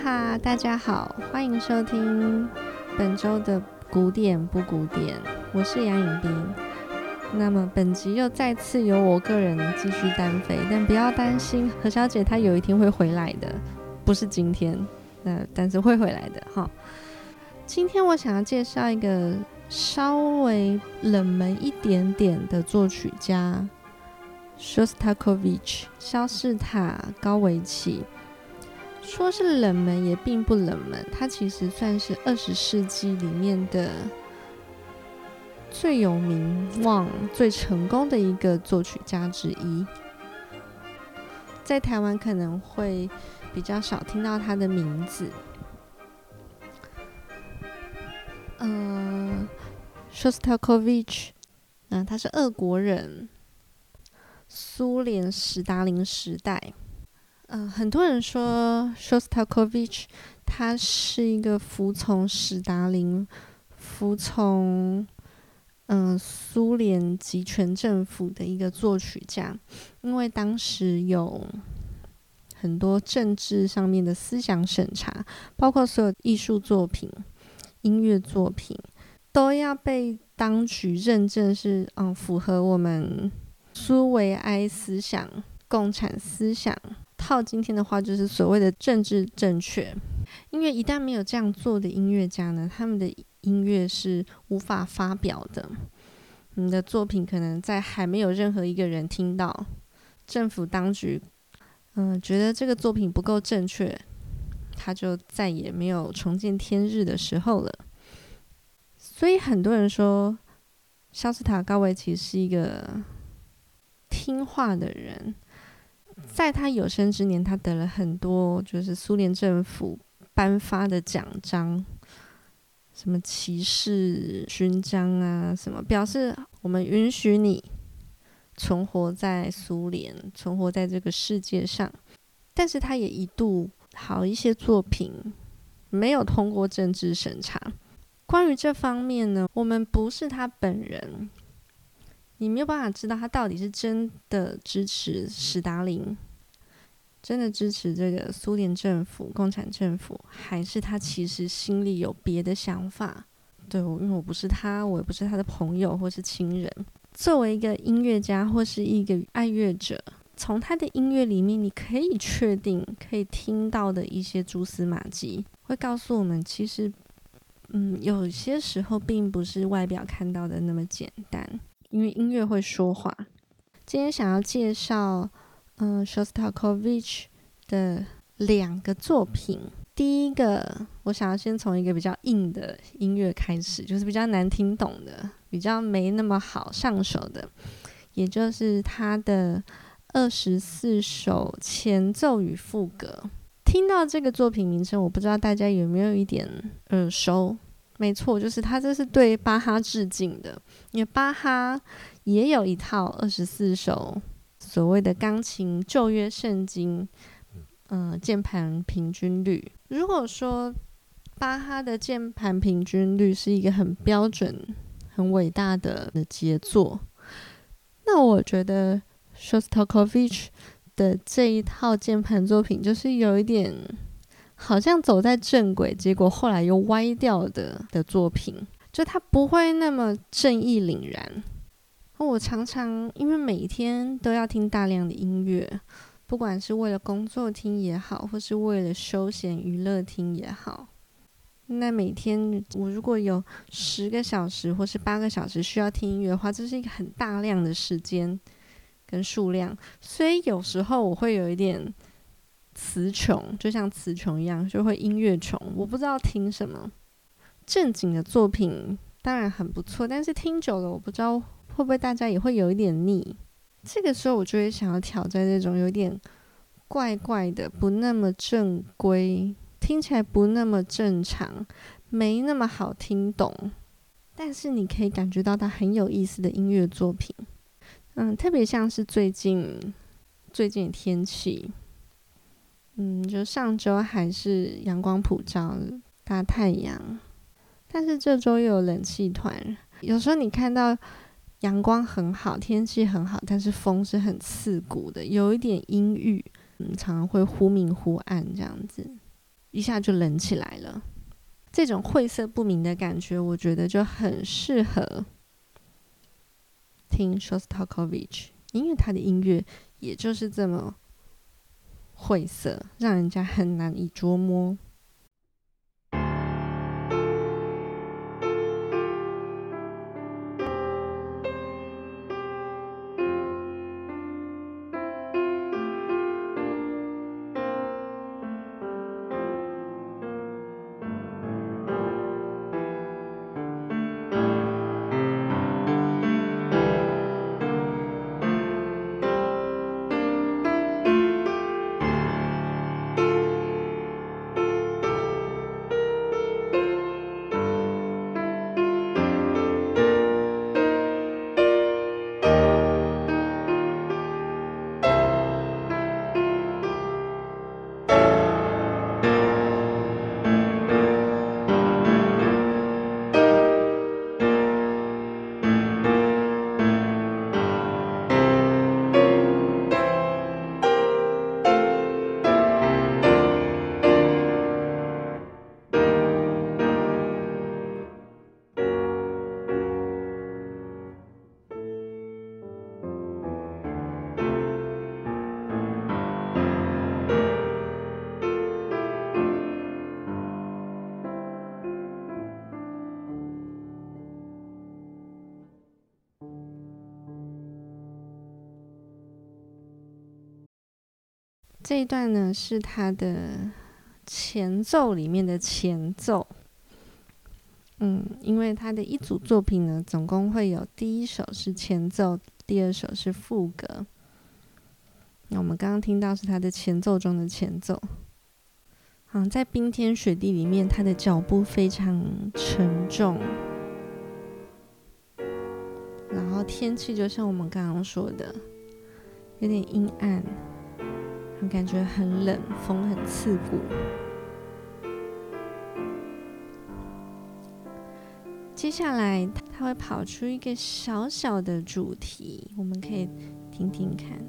哈，大家好，欢迎收听本周的古典不古典，我是杨颖彬。那么本集又再次由我个人继续单飞，但不要担心，何小姐她有一天会回来的，不是今天，但是会回来的哈。今天我想要介绍一个稍微冷门一点点的作曲家Shostakovich 肖斯塔高维奇。说是冷门也并不冷门，他其实算是20世纪里面的最有名望、最成功的一个作曲家之一。在台湾可能会比较少听到他的名字。Shostakovich，他是俄国人，苏联史达林时代。很多人说 Shostakovich 他是一个服从史达林、服从苏联集权政府的一个作曲家，因为当时有很多政治上面的思想审查，包括所有艺术作品、音乐作品都要被当局认证是符合我们苏维埃思想、共产思想。套今天的话就是所谓的政治正确，因为一旦没有这样做的音乐家呢，他们的音乐是无法发表的。你的作品可能在还没有任何一个人听到，政府当局觉得这个作品不够正确，他就再也没有重见天日的时候了。所以很多人说肖斯塔高维奇是一个听话的人，在他有生之年，他得了很多就是苏联政府颁发的奖章，什么骑士勋章啊，什么表示我们允许你存活在苏联，存活在这个世界上。但是他也一度好一些作品没有通过政治审查。关于这方面呢，我们不是他本人，你没有办法知道他到底是真的支持史达林，真的支持这个苏联政府、共产政府，还是他其实心里有别的想法。对，因为我不是他，我也不是他的朋友或是亲人。作为一个音乐家或是一个爱乐者，从他的音乐里面你可以确定可以听到的一些蛛丝马迹，会告诉我们其实有些时候并不是外表看到的那么简单，因为音乐会说话。今天想要介绍Shostakovich 的2个作品。第一个，我想要先从一个比较硬的音乐开始，就是比较难听懂的，比较没那么好上手的，也就是他的24首前奏与副歌。听到这个作品名称，我不知道大家有没有一点耳熟。没错，就是他这是对巴哈致敬的，因为巴哈也有一套24首所谓的钢琴旧约圣经键盘平均律。如果说巴哈的键盘平均律是一个很标准很伟大的杰作，那我觉得 Shostakovich 的这一套键盘作品就是有一点好像走在正轨，结果后来又歪掉的作品，就它不会那么正义凛然。我常常因为每天都要听大量的音乐，不管是为了工作听也好，或是为了休闲娱乐听也好，那每天我如果有10个小时或是8个小时需要听音乐的话，这是一个很大量的时间跟数量，所以有时候我会有一点词穷，就像词穷一样，就会音乐穷，我不知道听什么。正经的作品当然很不错，但是听久了，我不知道会不会大家也会有一点腻。这个时候我就会想要挑战这种有点怪怪的、不那么正规、听起来不那么正常、没那么好听懂，但是你可以感觉到它很有意思的音乐作品。特别像是最近的天气，就上周还是阳光普照、大太阳，但是这周又有冷气团。有时候你看到阳光很好，天气很好，但是风是很刺骨的，有一点阴郁，常常会忽明忽暗这样子。 一下就冷起来了。这种晦涩不明的感觉，我觉得就很适合听 Shostakovich， 因为他的音乐也就是这么晦涩，让人家很难以捉摸。这一段呢是他的前奏里面的前奏。因为他的一组作品呢，总共会有第一首是前奏，第二首是副歌。那我们刚刚听到是他的前奏中的前奏。在冰天雪地里面，他的脚步非常沉重，然后天气就像我们刚刚说的，有点阴暗，感觉很冷，风很刺骨。接下来他会跑出一个小小的主题，我们可以听听看。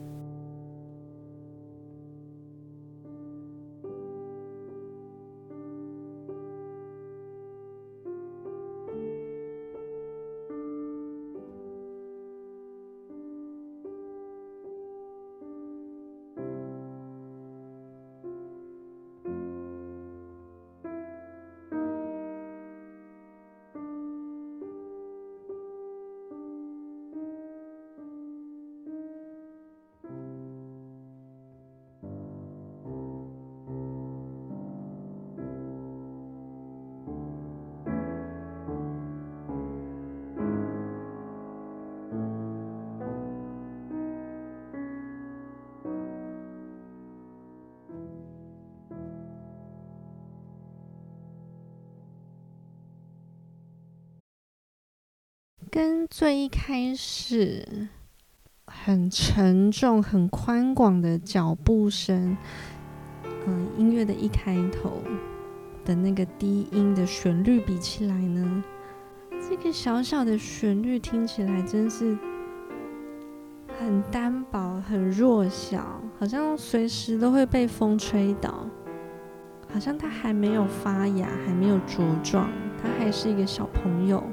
跟最一开始很沉重、很宽广的脚步声，音乐的一开头的那个低音的旋律比起来呢，这个小小的旋律听起来真是很单薄、很弱小，好像随时都会被风吹倒，好像它还没有发芽，还没有茁壮，它还是一个小朋友。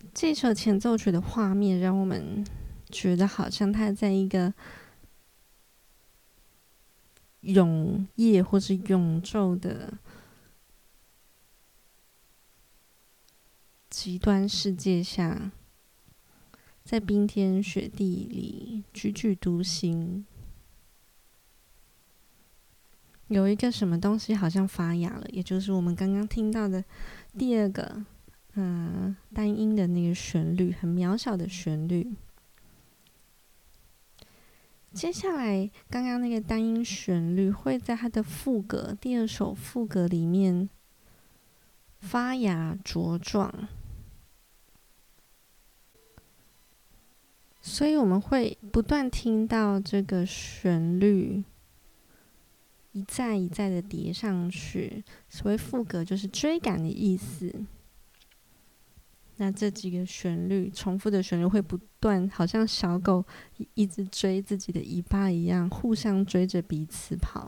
这首前奏曲的画面让我们觉得好像它在一个永夜或是永昼的极端世界下，在冰天雪地里踽踽独行，有一个什么东西好像发芽了，也就是我们刚刚听到的第二个单音的那个旋律，很渺小的旋律。接下来刚刚那个单音旋律会在它的副歌，第二首副歌里面发芽茁壮，所以我们会不断听到这个旋律一再一再的叠上去。所谓副歌就是追赶的意思。那这几个旋律重复的旋律会不断，好像小狗一直追自己的尾巴一样，互相追着彼此跑。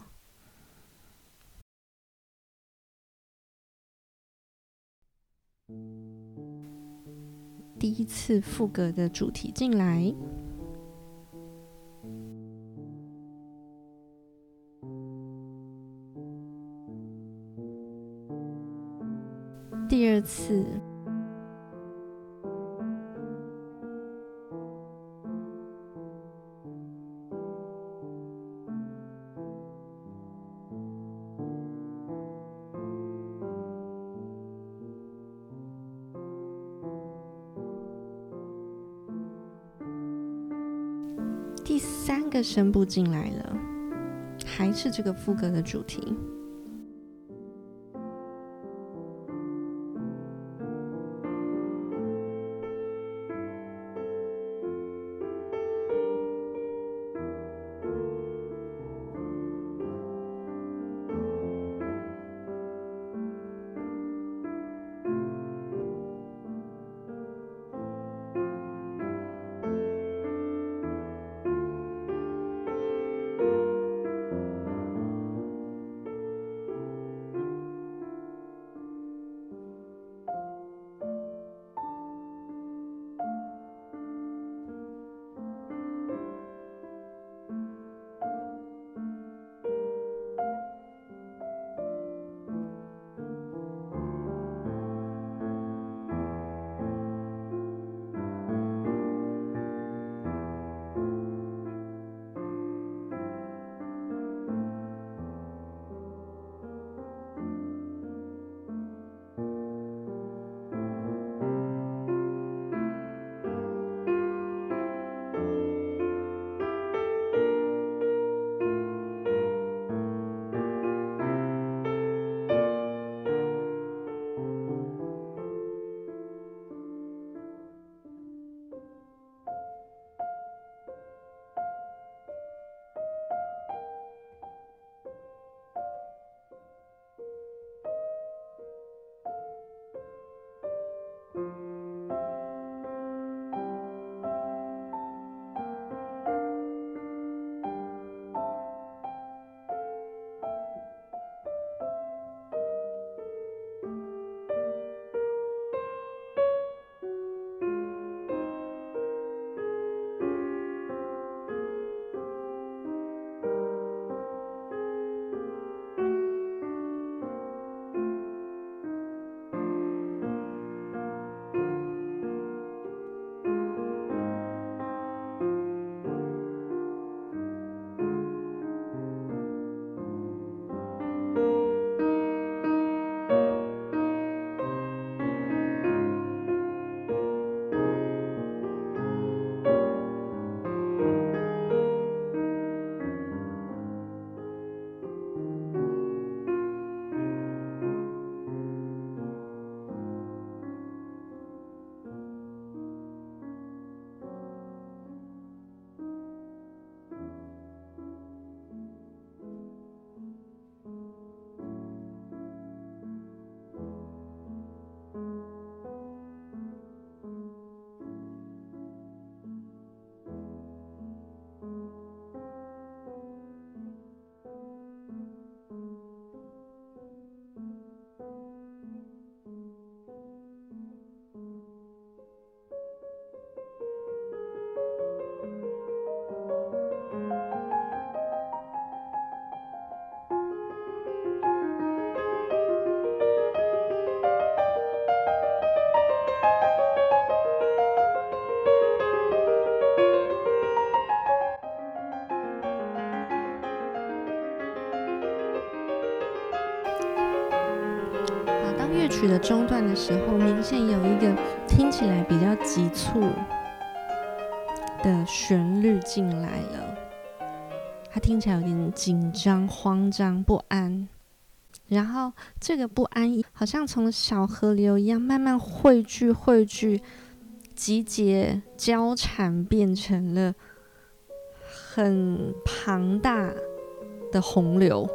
第一次副歌的主题进来，第二次，第三个声部进来了，还是这个副歌的主题。 乐曲的中段的时候，明显有一个听起来比较急促的旋律进来了，它听起来有点紧张、慌张、不安，然后这个不安好像从小河流一样慢慢汇聚、集结、交缠，变成了很庞大的洪流。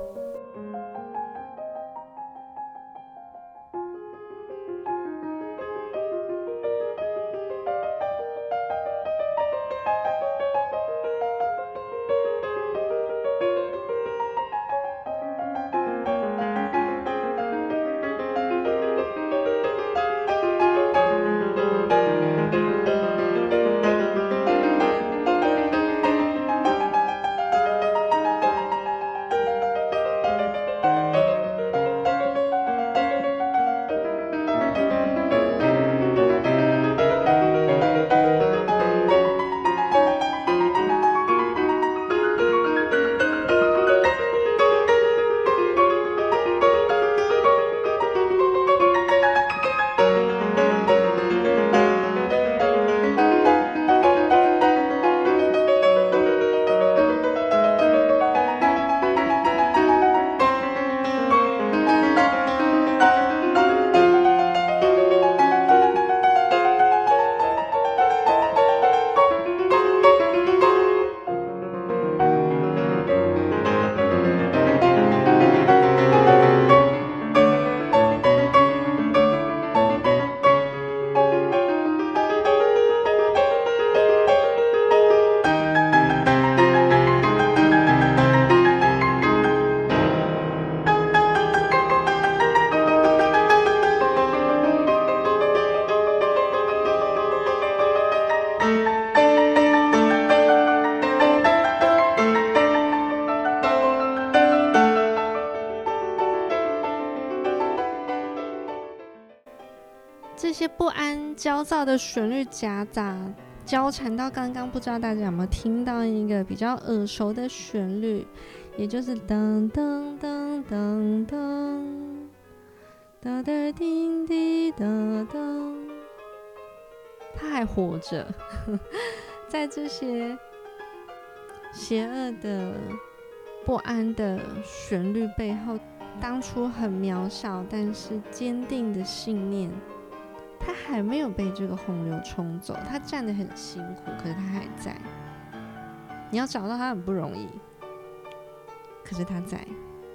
这些不安、焦躁的旋律夹杂交缠到刚刚，不知道大家有没有听到一个比较耳熟的旋律，也就是噔噔噔噔噔哒哒叮滴哒噔。他还活着，在这些邪恶的、不安的旋律背后，当初很渺小但是坚定的信念。他还没有被这个洪流冲走，他站得很辛苦，可是他还在。你要找到他很不容易，可是他在。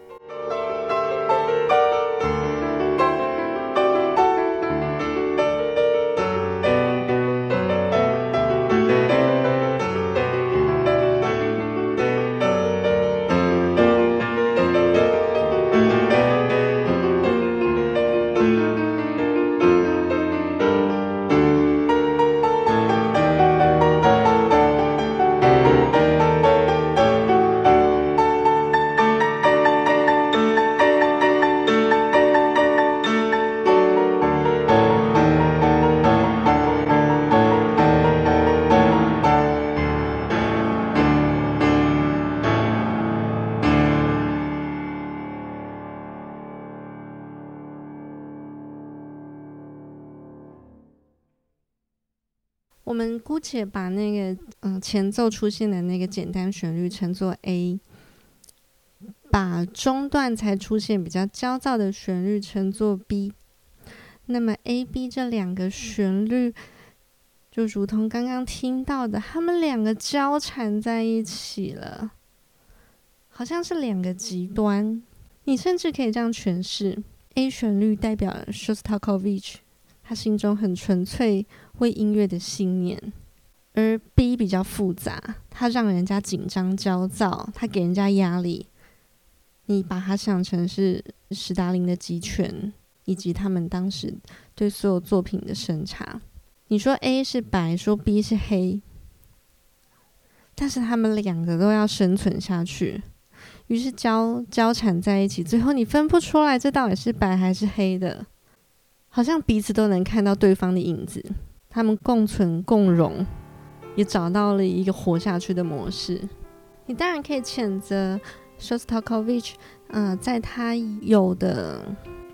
我们姑且把那个前奏出现的那个简单旋律称作 A， 把中段才出现比较焦躁的旋律称作 B。 那么 A、B 这两个旋律就如同刚刚听到的，他们两个交缠在一起了，好像是两个极端。你甚至可以这样诠释， A 旋律代表了 Shostakovich他心中很纯粹为音乐的信念，而 B 比较复杂，他让人家紧张焦躁，他给人家压力。你把它想成是史达林的集权，以及他们当时对所有作品的审查。你说 A 是白，说 B 是黑，但是他们两个都要生存下去，于是交缠在一起，最后你分不出来这到底是白还是黑的，好像彼此都能看到对方的影子，他们共存共荣，也找到了一个活下去的模式。你当然可以谴责 Shostakovich，在他有的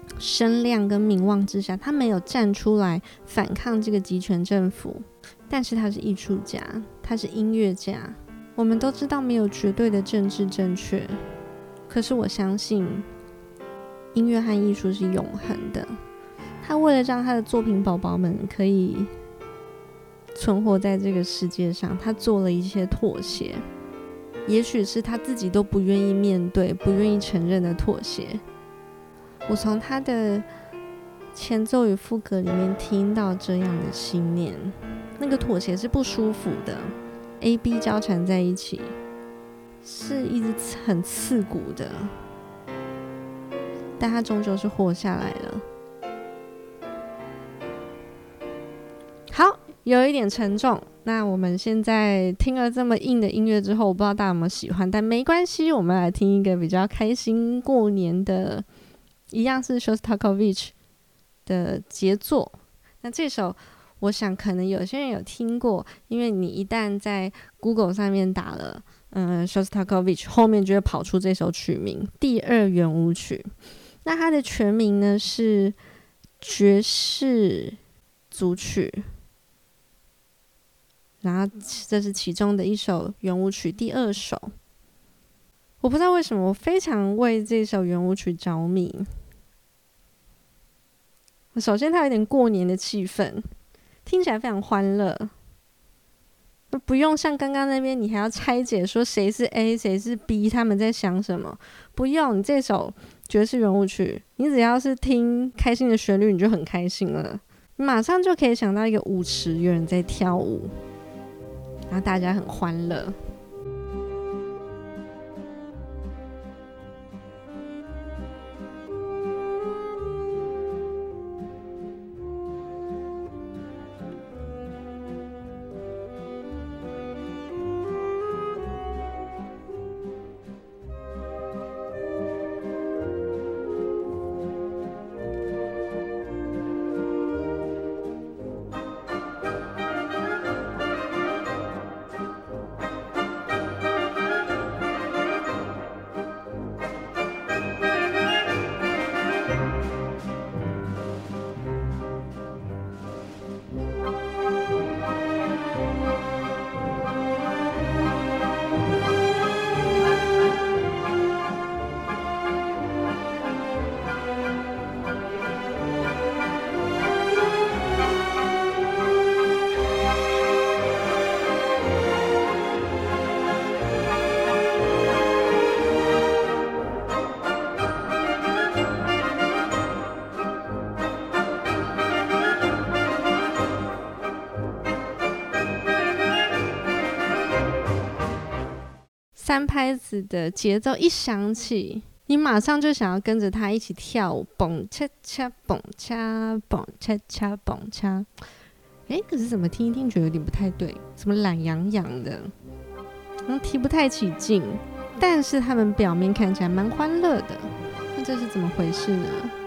声量跟名望之下，他没有站出来反抗这个集权政府，但是他是艺术家，他是音乐家。我们都知道没有绝对的政治正确，可是我相信音乐和艺术是永恒的。他为了让他的作品宝宝们可以存活在这个世界上，他做了一些妥协，也许是他自己都不愿意面对、不愿意承认的妥协。我从他的前奏与副歌里面听到这样的信念，那个妥协是不舒服的， A、B 交缠在一起，是一直很刺骨的，但他终究是活下来了。好，有一点沉重。那我们现在听了这么硬的音乐之后，我不知道大家有没有喜欢，但没关系，我们来听一个比较开心过年的，一样是 Shostakovich 的杰作。那这首我想可能有些人有听过，因为你一旦在 Google 上面打了Shostakovich， 后面就会跑出这首曲名第二圆舞曲。那它的全名呢是爵士组曲，然后这是其中的一首圆舞曲，第二首。我不知道为什么我非常为这首圆舞曲着迷。首先它有点过年的气氛，听起来非常欢乐，不用像刚刚那边你还要拆解说谁是 A 谁是 B 他们在想什么，不用，你这首爵士圆舞曲你只要是听开心的旋律你就很开心了，你马上就可以想到一个舞池有人在跳舞，然后大家很欢乐。三拍子的节奏一响起，你马上就想要跟着他一起跳舞，蹦恰恰蹦恰蹦恰恰蹦恰。可是怎么听一听觉得有点不太对，怎么懒洋洋的，提不太起劲。但是他们表面看起来蛮欢乐的，那这是怎么回事呢？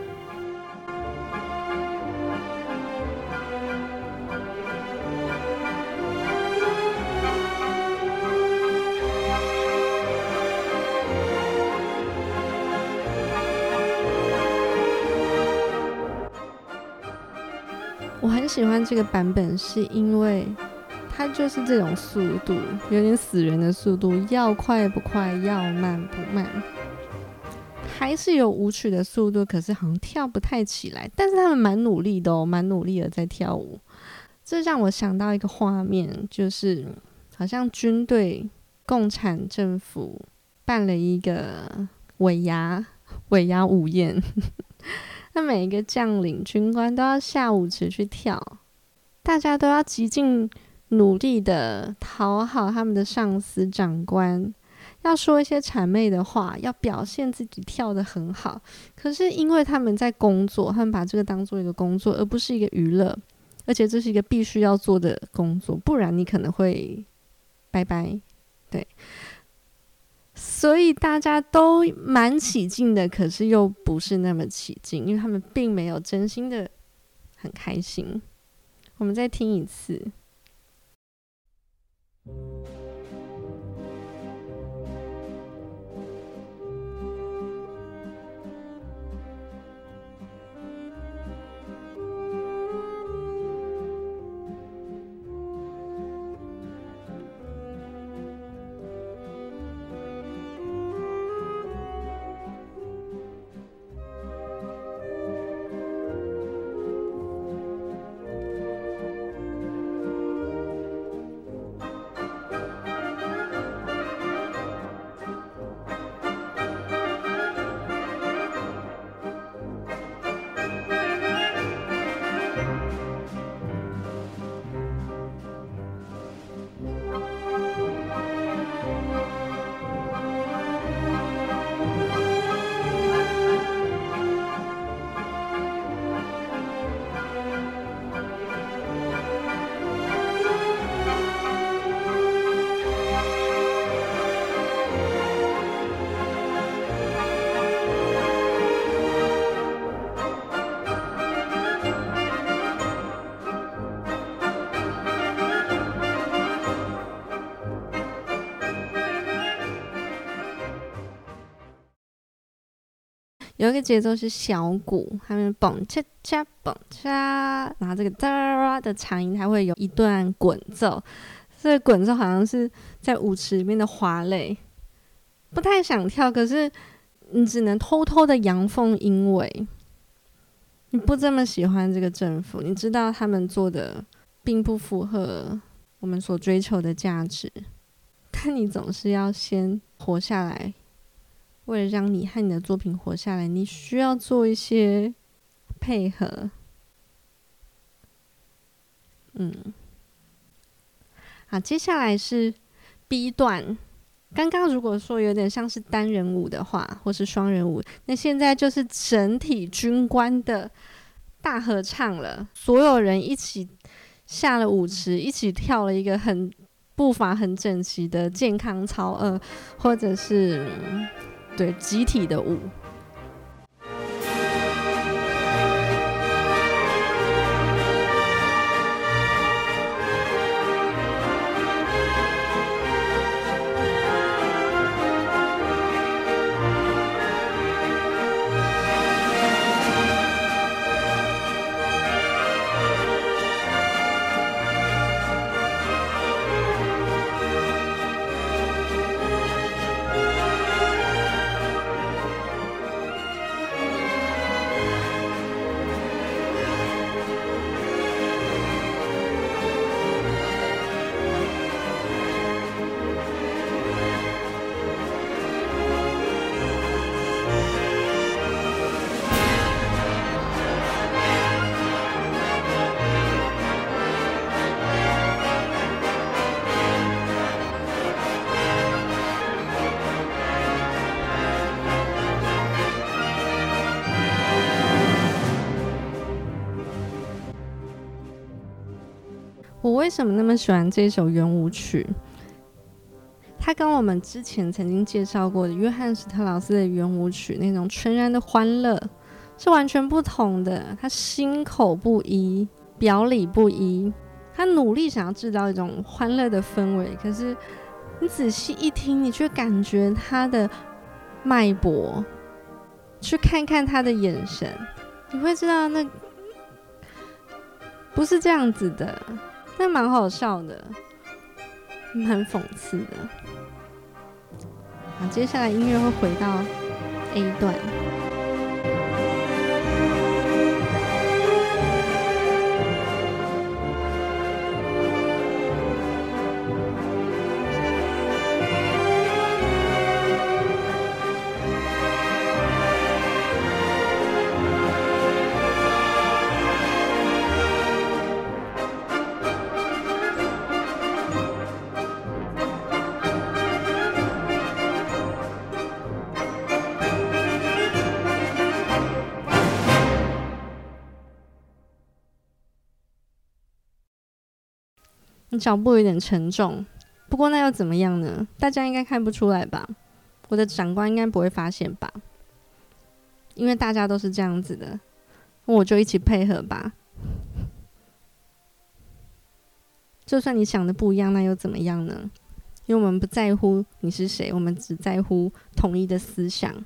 我很喜欢这个版本，是因为它就是这种速度，有点死人的速度，要快不快，要慢不慢，还是有舞曲的速度，可是好像跳不太起来。但是他们蛮努力的哦，蛮努力的在跳舞。这让我想到一个画面，就是好像军队、共产政府办了一个尾牙午宴。那每一个将领、军官都要下舞池去跳，大家都要极尽努力的讨好他们的上司、长官，要说一些谄媚的话，要表现自己跳得很好。可是因为他们在工作，他们把这个当做一个工作，而不是一个娱乐，而且这是一个必须要做的工作，不然你可能会拜拜。对。所以大家都蛮起劲的，可是又不是那么起劲，因为他们并没有真心的很开心。我们再听一次。 有一个节奏是小鼓，他们蹦恰恰蹦恰，然后这个哒的长音它会有一段滚奏，这个滚奏好像是在舞池里面的滑垒，不太想跳，可是你只能偷偷的阳奉阴违。你不这么喜欢这个政府，你知道他们做的并不符合我们所追求的价值，但你总是要先活下来。为了让你和你的作品活下来，你需要做一些配合。好，接下来是 B 段。刚刚如果说有点像是单人舞的话，或是双人舞，那现在就是整体军官的大合唱了，所有人一起下了舞池，一起跳了一个很步伐很整齐的健康操，或者是对集体的舞。我为什么那么喜欢这首圆舞曲？它跟我们之前曾经介绍过的约翰史特劳斯的圆舞曲那种纯然的欢乐是完全不同的。他心口不一，表里不一，他努力想要制造一种欢乐的氛围，可是你仔细一听，你却感觉他的脉搏，去看看他的眼神，你会知道那不是这样子的。但蛮好笑的，蛮讽刺的。好，接下来音乐会回到 A 段。脚步有点沉重，不过那又怎么样呢？大家应该看不出来吧？我的长官应该不会发现吧？因为大家都是这样子的，我就一起配合吧。就算你想的不一样，那又怎么样呢？因为我们不在乎你是谁，我们只在乎统一的思想。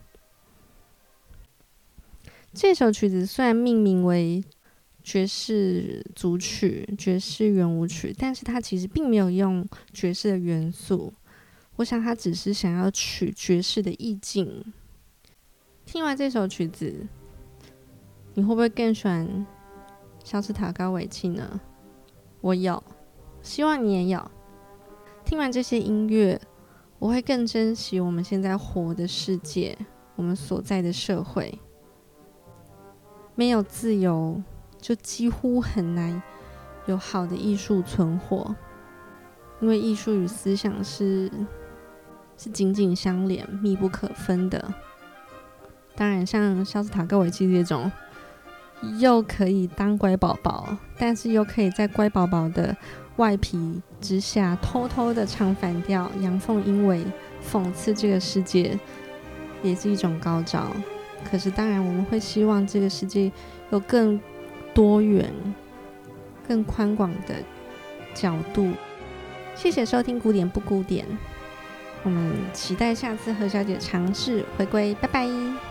这首曲子虽然命名为爵士组曲、爵士圆舞曲，但是它其实并没有用爵士的元素。我想它只是想要取爵士的意境。听完这首曲子，你会不会更喜欢肖斯塔高维契呢？我有，希望你也有。听完这些音乐，我会更珍惜我们现在活的世界，我们所在的社会。没有自由，就几乎很难有好的艺术存活，因为艺术与思想是紧紧相连、密不可分的。当然，像肖斯塔科维契这种，又可以当乖宝宝，但是又可以在乖宝宝的外皮之下偷偷的唱反调、阳奉阴违、讽刺这个世界，也是一种高招。可是当然我们会希望这个世界有更多元、更宽广的角度。谢谢收听古典不古典，我们期待下次何小姐尝试回归，拜拜。